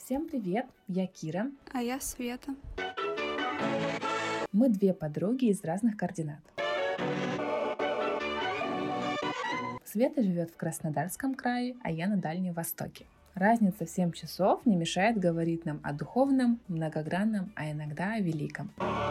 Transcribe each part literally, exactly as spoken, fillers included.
Всем привет, я Кира. А я Света. Мы две подруги из разных координат. Света живет в Краснодарском крае, а я на Дальнем Востоке. Разница в семь часов не мешает говорить нам о духовном, многогранном, а иногда о великом.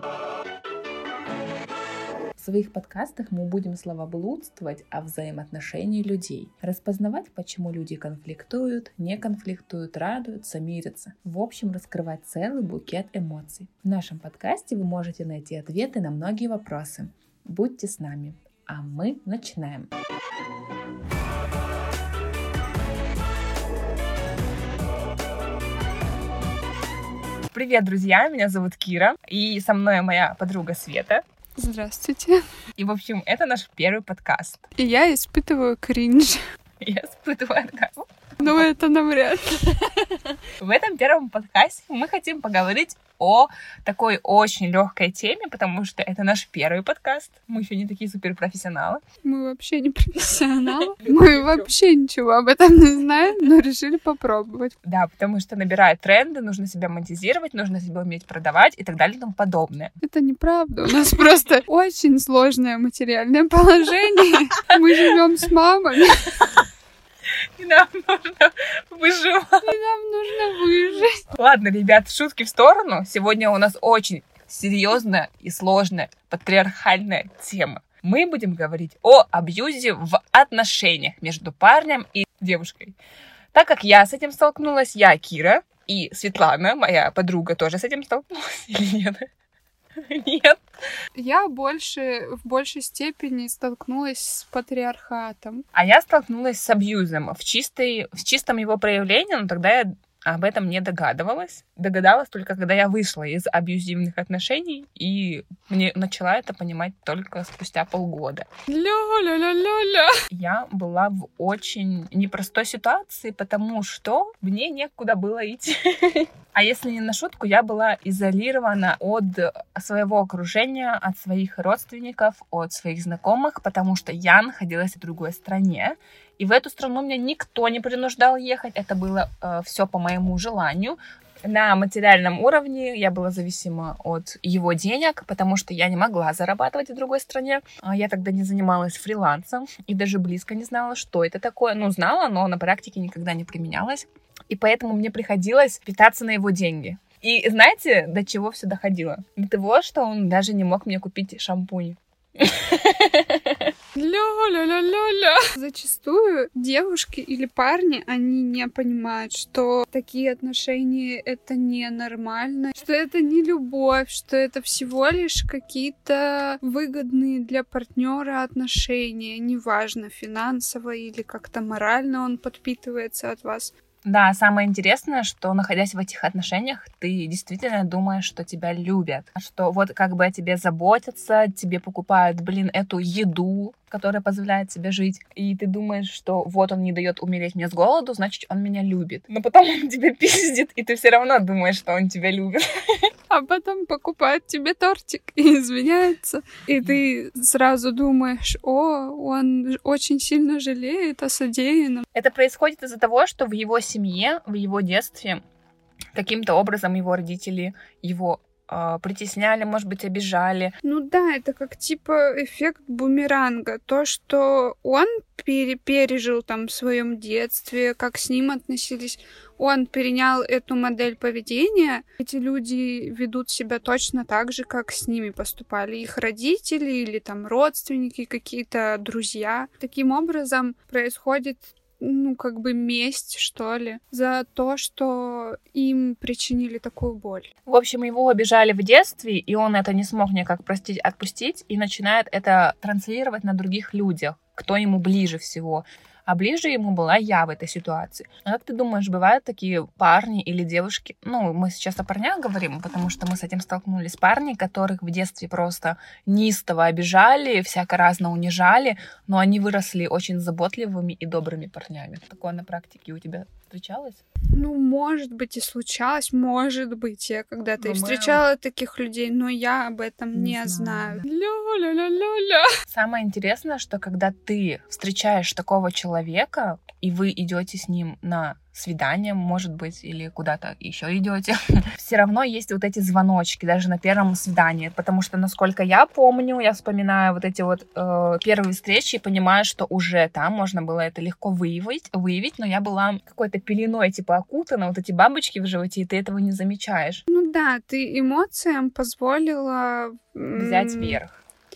В своих подкастах мы будем словоблудствовать о взаимоотношении людей, распознавать, почему люди конфликтуют, не конфликтуют, радуются, мирятся. В общем, раскрывать целый букет эмоций. В нашем подкасте вы можете найти ответы на многие вопросы. Будьте с нами, а мы начинаем. Привет, друзья! Меня зовут Кира, и со мной моя подруга Света. Здравствуйте. И, в общем, это наш первый подкаст. И я испытываю кринж. Я испытываю оргазм. Ну, это навряд ли. В этом первом подкасте мы хотим поговорить о такой очень легкой теме, потому что это наш первый подкаст. Мы еще не такие суперпрофессионалы. Мы вообще не профессионалы. Мы вообще ничего об этом не знаем, но решили попробовать. Да, потому что набирают тренды, нужно себя монетизировать, нужно себя уметь продавать и так далее и тому подобное. Это неправда. У нас просто очень сложное материальное положение. Мы живем с мамой. И нам нужно выживать. И нам нужно выжить. Ладно, ребят, шутки в сторону. Сегодня у нас очень серьезная и сложная патриархальная тема. Мы будем говорить о абьюзе в отношениях между парнем и девушкой. Так как я с этим столкнулась, я Кира, и Светлана, моя подруга, тоже с этим столкнулась или нет? Нет. Я больше, в большей степени столкнулась с патриархатом. А я столкнулась с абьюзом в, чистой, в чистом его проявлении, но тогда я об этом не догадывалась. Догадалась только, когда я вышла из абьюзивных отношений, и мне начала это понимать только спустя полгода. Ля-ля-ля-ля-ля. Я была в очень непростой ситуации, потому что мне некуда было идти. А если не на шутку, я была изолирована от своего окружения, от своих родственников, от своих знакомых, потому что я находилась в другой стране. И в эту страну меня никто не принуждал ехать. Это было э, все по моему желанию. На материальном уровне я была зависима от его денег, потому что я не могла зарабатывать в другой стране. Я тогда не занималась фрилансом и даже близко не знала, что это такое. Ну, знала, но на практике никогда не применялась. И поэтому мне приходилось питаться на его деньги. И знаете, до чего все доходило? До того, что он даже не мог мне купить шампунь. Ля-ля-ля-ля-ля. Зачастую девушки или парни, они не понимают, что такие отношения — это ненормально, что это не любовь, что это всего лишь какие-то выгодные для партнера отношения, неважно, финансово или как-то морально он подпитывается от вас. Да, самое интересное, что, находясь в этих отношениях, ты действительно думаешь, что тебя любят, что вот как бы о тебе заботятся, тебе покупают, блин, эту еду, которая позволяет тебе жить, и ты думаешь, что вот он не дает умереть мне с голоду, значит, он меня любит. Но потом он тебя пиздит, и ты все равно думаешь, что он тебя любит. А потом покупает тебе тортик и извиняется, и ты сразу думаешь: о, он очень сильно жалеет о содеянном. Это происходит из-за того, что в его семье, в его детстве каким-то образом его родители его э, притесняли, может быть, обижали. Ну да, это как типа эффект бумеранга. То, что он пере- пережил там в своем детстве, как с ним относились, он перенял эту модель поведения. Эти люди ведут себя точно так же, как с ними поступали их родители или там родственники, какие-то друзья. Таким образом происходит, ну, как бы месть, что ли, за то, что им причинили такую боль. В общем, его обижали в детстве, и он это не смог никак простить, отпустить, и начинает это транслировать на других людях, кто ему ближе всего. А ближе ему была я в этой ситуации. А как ты думаешь, бывают такие парни или девушки? Ну, мы сейчас о парнях говорим, потому что мы с этим столкнулись. Парни, которых в детстве просто неистово обижали, всяко-разно унижали, но они выросли очень заботливыми и добрыми парнями. Такое на практике у тебя встречалось? Ну, может быть, и случалось, может быть. Я когда-то и встречала таких людей, но я об этом не, не знаю. Ля-ля-ля-ля-ля. Самое интересное, что когда ты встречаешь такого человека, человека, и вы идете с ним на свидание, может быть, или куда-то еще идете, все равно есть вот эти звоночки, даже на первом свидании, потому что, насколько я помню, я вспоминаю вот эти вот э, первые встречи и понимаю, что уже там можно было это легко выявить, выявить, но я была какой-то пеленой, типа, окутана, вот эти бабочки в животе, и ты этого не замечаешь. Ну да, ты эмоциям позволила... Взять верх.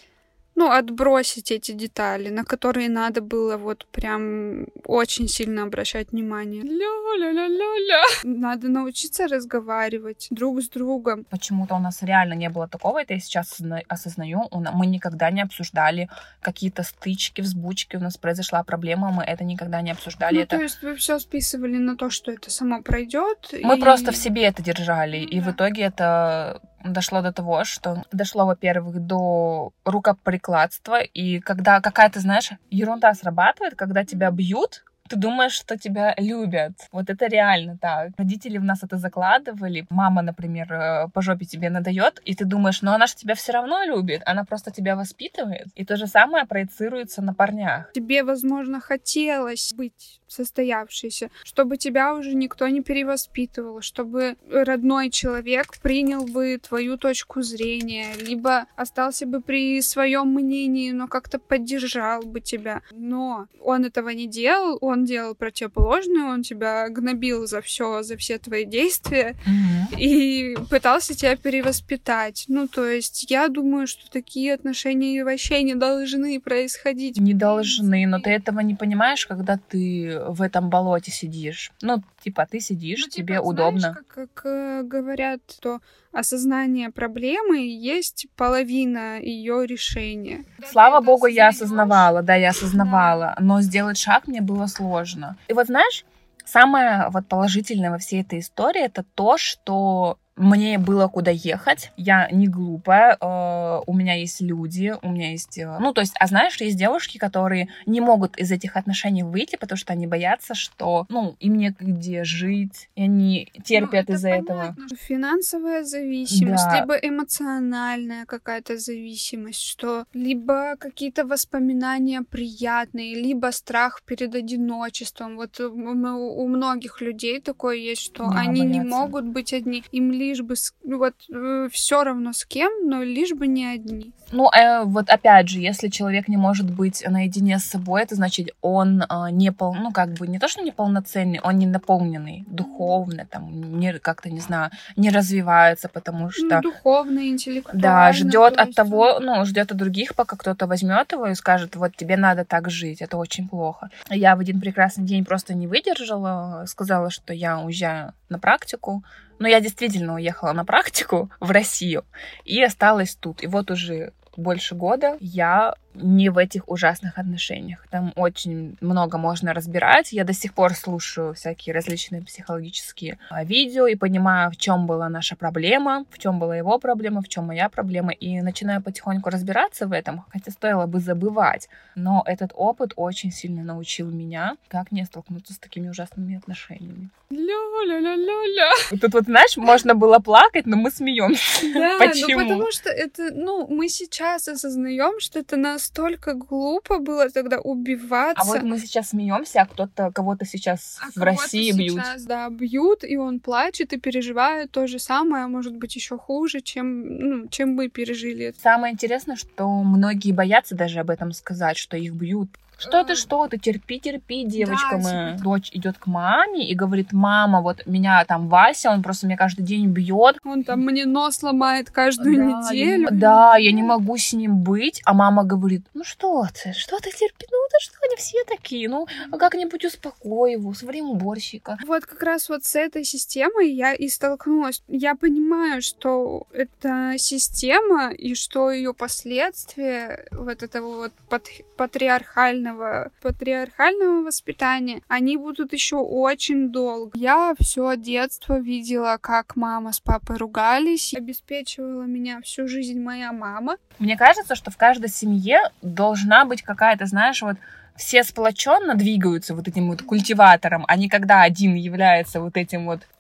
Ну, отбросить эти детали, на которые надо было вот прям очень сильно обращать внимание. Ля-ля-ля-ля-ля. Надо научиться разговаривать друг с другом. Почему-то у нас реально не было такого, это я сейчас осознаю. Мы никогда не обсуждали какие-то стычки, взбучки, у нас произошла проблема, мы это никогда не обсуждали. Ну, это... то есть вы все списывали на то, что это само пройдет. Мы и... просто в себе это держали, ну, и да. в итоге это... дошло до того, что дошло, во-первых, до рукоприкладства, и когда какая-то, знаешь, ерунда срабатывает, когда тебя бьют, ты думаешь, что тебя любят. Вот это реально так. Родители в нас это закладывали. Мама, например, по жопе тебе надает, и ты думаешь, ну она же тебя все равно любит, она просто тебя воспитывает. И то же самое проецируется на парнях. Тебе, возможно, хотелось быть состоявшейся, чтобы тебя уже никто не перевоспитывал, чтобы родной человек принял бы твою точку зрения, либо остался бы при своем мнении, но как-то поддержал бы тебя. Но он этого не делал, он делал противоположное, он тебя гнобил за все, за все твои действия Mm-hmm. и пытался тебя перевоспитать. Ну, то есть я думаю, что такие отношения вообще не должны происходить. Не должны, но ты этого не понимаешь, когда ты в этом болоте сидишь. Ну, типа, ты сидишь, Ну, тебе типа, удобно. Знаешь, как, как э, говорят, что осознание проблемы есть половина ее решения. Слава богу, я осознавала, да, я осознавала, да. Но сделать шаг мне было сложно. И вот знаешь, самое вот положительное во всей этой истории это то, что мне было куда ехать, я не глупая, э, у меня есть люди, у меня есть... Э, ну, то есть, а знаешь, есть девушки, которые не могут из этих отношений выйти, потому что они боятся, что, ну, им негде жить, и они терпят ну, из-за этого. Финансовая зависимость, да. либо эмоциональная какая-то зависимость, что либо какие-то воспоминания приятные, либо страх перед одиночеством. Вот у, у многих людей такое есть, что да, они боятся. Не могут быть одни, им лишь бы вот э, все равно с кем, но лишь бы не одни. Ну, э, вот опять же, если человек не может быть наедине с собой, это значит, он э, не пол, ну, как бы не то, что неполноценный, он не наполненный духовно, там, не, как-то, не знаю, не развивается, потому что... Ну, духовно, интеллектуально. Да, ждет от есть... того, ну, ждет от других, пока кто-то возьмет его и скажет, вот, тебе надо так жить, это очень плохо. Я в один прекрасный день просто не выдержала, сказала, что я уезжаю на практику. Но я действительно уехала на практику в Россию и осталась тут. И вот уже больше года я не в этих ужасных отношениях. Там очень много можно разбирать. Я до сих пор слушаю всякие различные психологические видео и понимаю, в чем была наша проблема, в чем была его проблема, в чем моя проблема. И начинаю потихоньку разбираться в этом, хотя стоило бы забывать. Но этот опыт очень сильно научил меня, как не столкнуться с такими ужасными отношениями. Ля-ля-ля-ля-ля. Тут вот, знаешь, можно было плакать, но мы смеемся. Да, почему? Ну потому что это, ну, мы сейчас осознаем, что это настолько глупо было тогда убиваться. А вот мы сейчас смеемся, а кто-то кого-то сейчас а в России бьют. Сейчас, да, бьют, и он плачет и переживает то же самое, а может быть еще хуже, чем, ну, чем мы пережили. Самое интересное, что многие боятся даже об этом сказать, что их бьют. Что ты, что ты, терпи, терпи, девочка да, моя. Типа... Дочь идет к маме и говорит, мама, вот меня там Вася, он просто меня каждый день бьет. Он там мне нос ломает каждую да, неделю. Я, да, я не могу с ним быть. А мама говорит, ну что ты, что ты терпи, ну да что, они все такие, ну как-нибудь успокой его, свари ему борщика. Вот как раз вот с этой системой я и столкнулась. Я понимаю, что это система и что ее последствия вот этого вот патриархального патриархального воспитания, они будут еще очень долго. Я все детство видела, как мама с папой ругались. Обеспечивала меня всю жизнь моя мама. Мне кажется, что в каждой семье должна быть какая-то, знаешь, вот все сплоченно двигаются вот этим вот культиватором, а не когда один является вот этим вот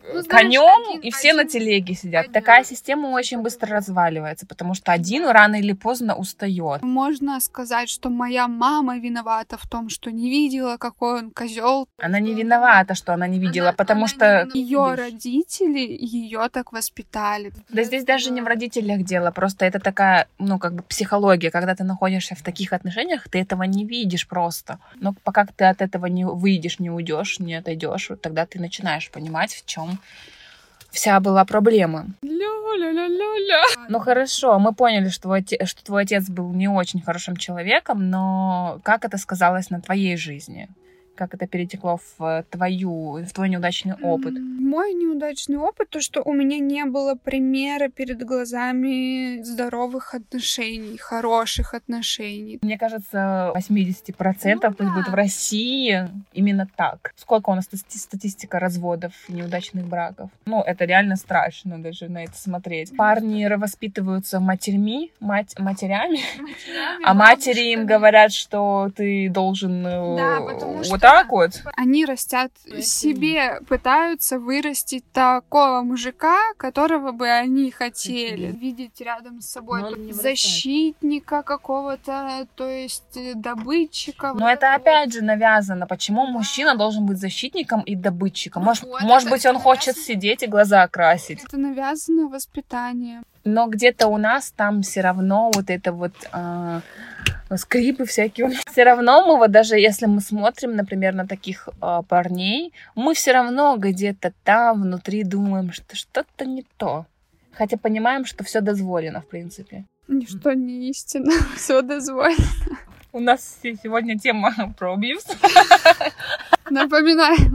Ну, знаешь, конем, один- и все один- на телеге сидят. один. Такая система очень быстро разваливается, потому что один рано или поздно устает. Можно сказать, что моя мама виновата в том, что не видела, какой он козел. Она не виновата, что она не видела, Она- потому она что... не- Ее родители ее так воспитали. Да здесь даже не в родителях дело, просто это такая, ну, как бы психология. Когда ты находишься в таких отношениях, ты этого не видишь просто. Но пока ты от этого не выйдешь, не уйдешь, не отойдешь, вот тогда ты начинаешь понимать, в чем вся была проблема. Ля-ля-ля-ля-ля. Ну хорошо, мы поняли, что твой, оте- что твой отец был не очень хорошим человеком, но как это сказалось на твоей жизни? Как это перетекло в твою, в твой неудачный опыт? М, Мой неудачный опыт, то, что у меня не было примера перед глазами здоровых отношений, хороших отношений. Мне кажется, восемьдесят процентов Ну пусть будет да. в России именно так. Сколько у нас стати- статистика разводов и неудачных браков? Ну, это реально страшно даже на это смотреть. Парни воспитываются матерьми, мать, матерями, а матери им говорят, что ты должен э, Да, потому вот что- так вот. Они растят себе, пытаются вырастить такого мужика, которого бы они хотели. Видеть рядом с собой Но он не вырастает. защитника какого-то, то есть э, добытчика. Но это опять же навязано. Почему мужчина должен быть защитником и добытчиком? Ну Может, вот, может это- быть, он это хочет навязано. сидеть и глаза красить. Это навязанное воспитание. Но где-то у нас там все равно вот это вот а, скрипы всякие. Все равно мы вот даже если мы смотрим, например, на таких а, парней, мы все равно где-то там внутри думаем, что что-то не то. Хотя понимаем, что все дозволено, в принципе. Ничто не истина, все дозволено. У нас сегодня тема про абьюз. Напоминаю.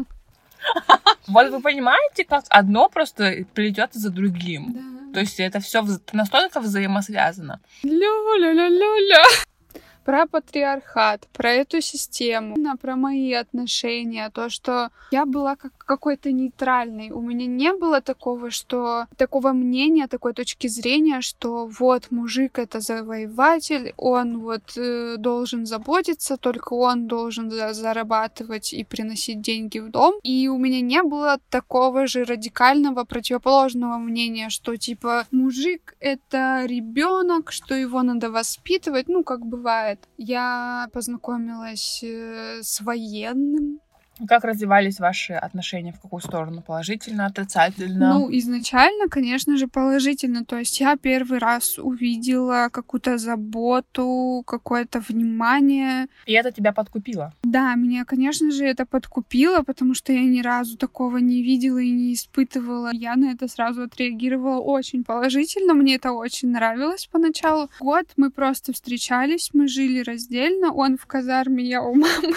Вот вы понимаете, как одно просто плетет за другим. То есть это все настолько взаимосвязано. Ля-ля-ля-ля-ля. Про патриархат, про эту систему, на- про мои отношения, то, что я была как какой-то нейтральной. У меня не было такого, что такого мнения, такой точки зрения, что вот мужик это завоеватель, он вот э, должен заботиться, только он должен за- зарабатывать и приносить деньги в дом. И у меня не было такого же радикального противоположного мнения, что типа мужик это ребенок, что его надо воспитывать, ну как бывает. Я познакомилась э, с военным. Как развивались ваши отношения? В какую сторону? Положительно, отрицательно? Ну, изначально, конечно же, положительно. То есть я первый раз увидела какую-то заботу, какое-то внимание. И это тебя подкупило? Да, меня, конечно же, это подкупило, потому что я ни разу такого не видела и не испытывала. Я на это сразу отреагировала очень положительно. Мне это очень нравилось поначалу. Год мы просто встречались, мы жили раздельно. Он в казарме, я у мамы.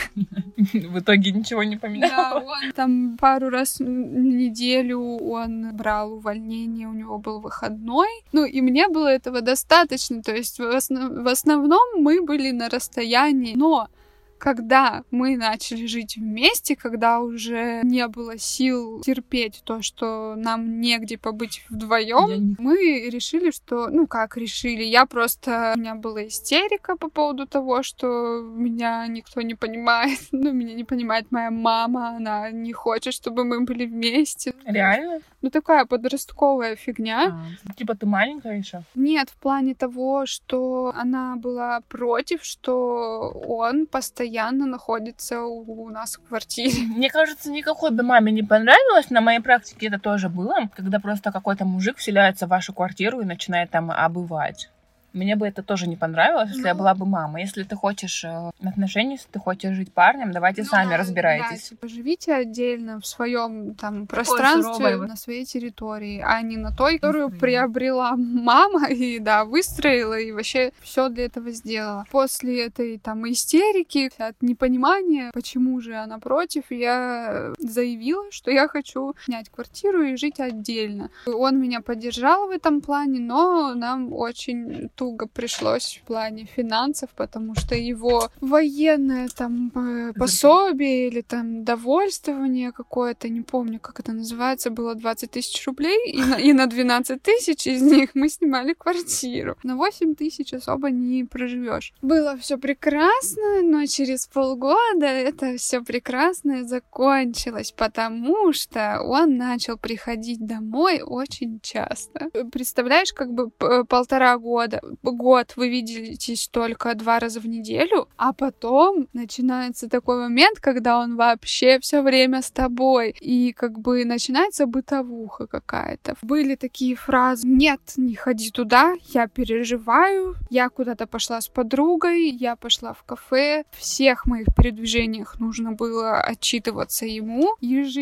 В итоге ничего не поменялось? Да, он там пару раз в неделю он брал увольнение, у него был выходной. Ну, и мне было этого достаточно. То есть в, основ... в основном мы были на расстоянии. Но когда мы начали жить вместе, когда уже не было сил терпеть то, что нам негде побыть вдвоем, Я не- мы решили, что... Ну, как решили? Я просто... У меня была истерика по поводу того, что меня никто не понимает. Ну, меня не понимает моя мама. Она не хочет, чтобы мы были вместе. Реально? Ну, такая подростковая фигня. А, типа ты маленькая еще? Нет, в плане того, что она была против, что он постоянно находится у, у нас в квартире. Мне кажется, никакой бы маме не понравилось. На моей практике это тоже было, когда просто какой-то мужик вселяется в вашу квартиру и начинает там обывать. Мне бы это тоже не понравилось, если я Ну. была бы мама. Если ты хочешь э, отношений, если ты хочешь жить парнем, давайте Ну сами да, разбирайтесь. да, типа, живите отдельно в своем там пространстве, суровое вы. на своей территории, а не на той, которую Выстроила. приобрела мама и, да, выстроила и вообще все для этого сделала. После этой там истерики, от непонимания, почему же она против, я заявила, что я хочу снять квартиру и жить отдельно. Он меня поддержал в этом плане, но нам очень туго пришлось в плане финансов, потому что его военное там пособие или там довольствование какое-то, не помню, как это называется, было двадцать тысяч рублей, и на, и на двенадцать тысяч из них мы снимали квартиру. На восемь тысяч особо не проживешь. Было все прекрасно, но через полгода это все прекрасно закончилось, потому что он начал приходить домой очень часто. Представляешь, как бы полтора года, год вы видитесь только два раза в неделю, а потом начинается такой момент, когда он вообще все время с тобой, и как бы начинается бытовуха какая-то. Были такие фразы: нет, не ходи туда, я переживаю, я куда-то пошла с подругой, я пошла в кафе. В всех моих передвижениях нужно было отчитываться ему.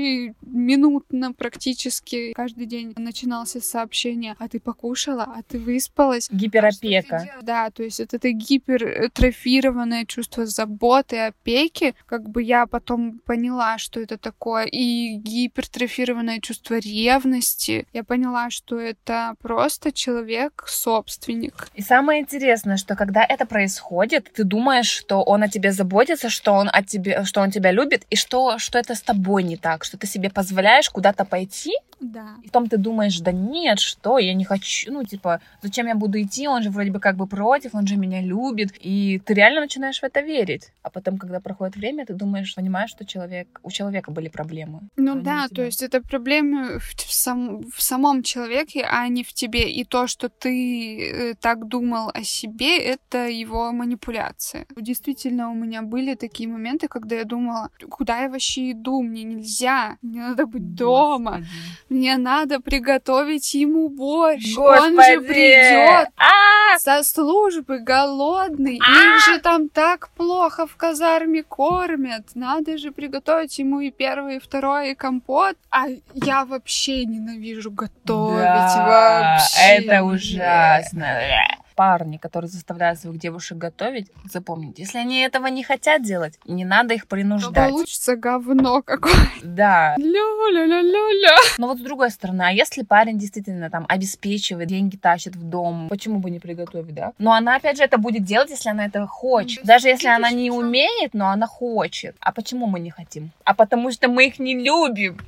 Ежеминутно практически каждый день начинался сообщение: а ты покушала, а ты выспалась? Гиперопека. А да, то есть вот это гипертрофированное чувство заботы, опеки, как бы я потом поняла, что это такое, и гипертрофированное чувство ревности. Я поняла, что это просто человек-собственник. И самое интересное, что когда это происходит, ты думаешь, что он о тебе заботится, что он о тебе, что он тебя любит, и что, что это с тобой не так, что ты себе позволяешь куда-то пойти, да. И потом ты думаешь: да нет, что, я не хочу, ну, типа, зачем я буду идти, он же вроде бы как бы против, он же меня любит, и ты реально начинаешь в это верить. А потом, когда проходит время, ты думаешь, понимаешь, что человек, у человека были проблемы. Ну да, то есть это проблемы в, в, сам, в самом человеке, а не в тебе, и то, что ты э, так думал о себе, это его манипуляция. Действительно, у меня были такие моменты, когда я думала: куда я вообще иду, мне нельзя, мне надо быть дома. Господи. Мне надо приготовить ему борщ. Господи! Он же придет А-а-а! со службы голодный. Их же там так плохо в казарме кормят. Надо же приготовить ему и первый, и второй, и компот. А я вообще ненавижу готовить. Да, вообще. Это ужасно. Парни, которые заставляют своих девушек готовить, запомните, если они этого не хотят делать, не надо их принуждать. То получится говно какое-то. Да. Ля-ля-ля-ля-ля. Но вот с другой стороны, а если парень действительно там обеспечивает, деньги тащит в дом, почему бы не приготовить, да? Но она, опять же, это будет делать, если она этого хочет. Даже если она не умеет, но она хочет. А почему мы не хотим? А потому что мы их не любим.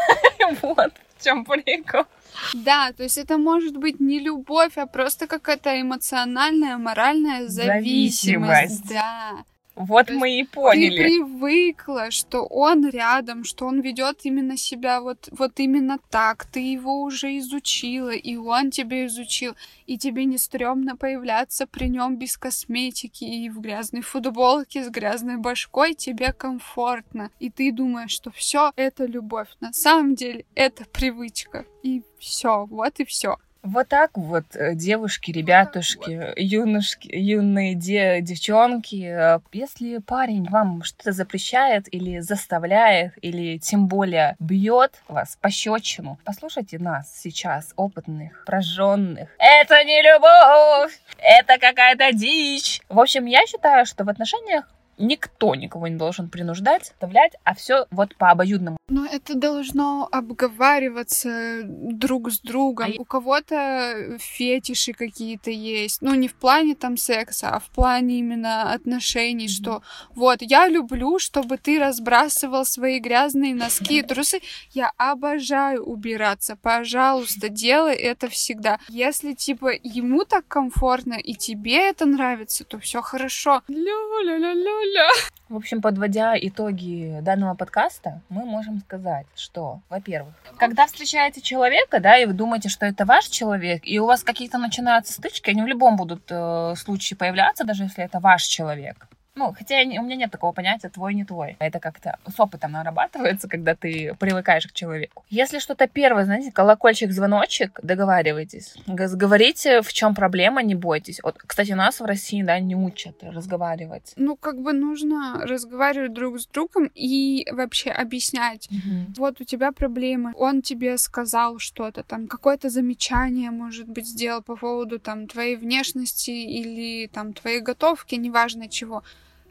Вот в чем прикол. Да, то есть это может быть не любовь, а просто какая-то эмоциональная, моральная зависимость. Зависимость. Да. Вот То мы и поняли. Ты привыкла, что он рядом, что он ведет именно себя вот, вот именно так. Ты его уже изучила, и он тебя изучил. И тебе не стрёмно появляться при нем без косметики и в грязной футболке с грязной башкой. Тебе комфортно. И ты думаешь, что все это любовь. На самом деле это привычка. И все, вот и все. Вот так вот, девушки, ребятушки, юношки, юные де- девчонки, если парень вам что-то запрещает или заставляет, или тем более бьет вас пощечину, послушайте нас сейчас, опытных, прожженных. Это не любовь, это какая-то дичь. В общем, я считаю, что в отношениях никто никого не должен принуждать, заставлять, а все вот по обоюдному. Но это должно обговариваться друг с другом. А у кого-то фетиши какие-то есть. Ну, не в плане там секса, а в плане именно отношений, mm-hmm. что вот, я люблю, чтобы ты разбрасывал свои грязные носки и трусы. Я обожаю убираться. Пожалуйста, делай это всегда. Если, типа, ему так комфортно и тебе это нравится, то все хорошо. Ля-ля-ля-ля-ля. В общем, подводя итоги данного подкаста, мы можем сказать, что, во-первых, когда встречаете человека, да, и вы думаете, что это ваш человек, и у вас какие-то начинаются стычки, они в любом будут э, случае появляться, даже если это ваш человек. Ну, хотя у меня нет такого понятия «твой, не твой». Это как-то с опытом нарабатывается, когда ты привыкаешь к человеку. Если что-то первое, знаете, колокольчик, звоночек, договаривайтесь. Говорите, в чем проблема, не бойтесь. Вот, кстати, нас в России, да, не учат разговаривать. Ну, как бы нужно разговаривать друг с другом и вообще объяснять. Mm-hmm. Вот у тебя проблемы, он тебе сказал что-то, там, какое-то замечание, может быть, сделал по поводу, там, твоей внешности или, там, твоей готовки, неважно чего.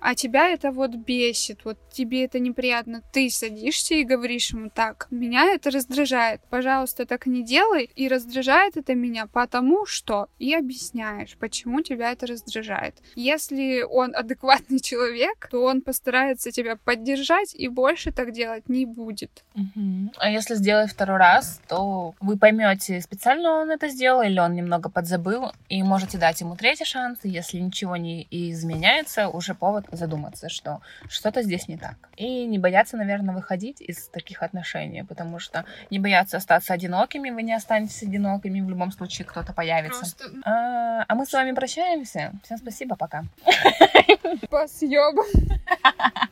а тебя это вот бесит, вот тебе это неприятно, ты садишься и говоришь ему: так, меня это раздражает, пожалуйста, так не делай, и раздражает это меня потому что, и объясняешь, почему тебя это раздражает. Если он адекватный человек, то он постарается тебя поддержать и больше так делать не будет. Угу. А если сделать второй раз, то вы поймете, специально он это сделал или он немного подзабыл, и можете дать ему третий шанс, и если ничего не изменяется, уже повод задуматься, что что-то здесь не так. И не бояться, наверное, выходить из таких отношений, потому что не бояться остаться одинокими, вы не останетесь одинокими, в любом случае кто-то появится. Просто... А, а мы с вами прощаемся. Всем спасибо, пока. По съебам.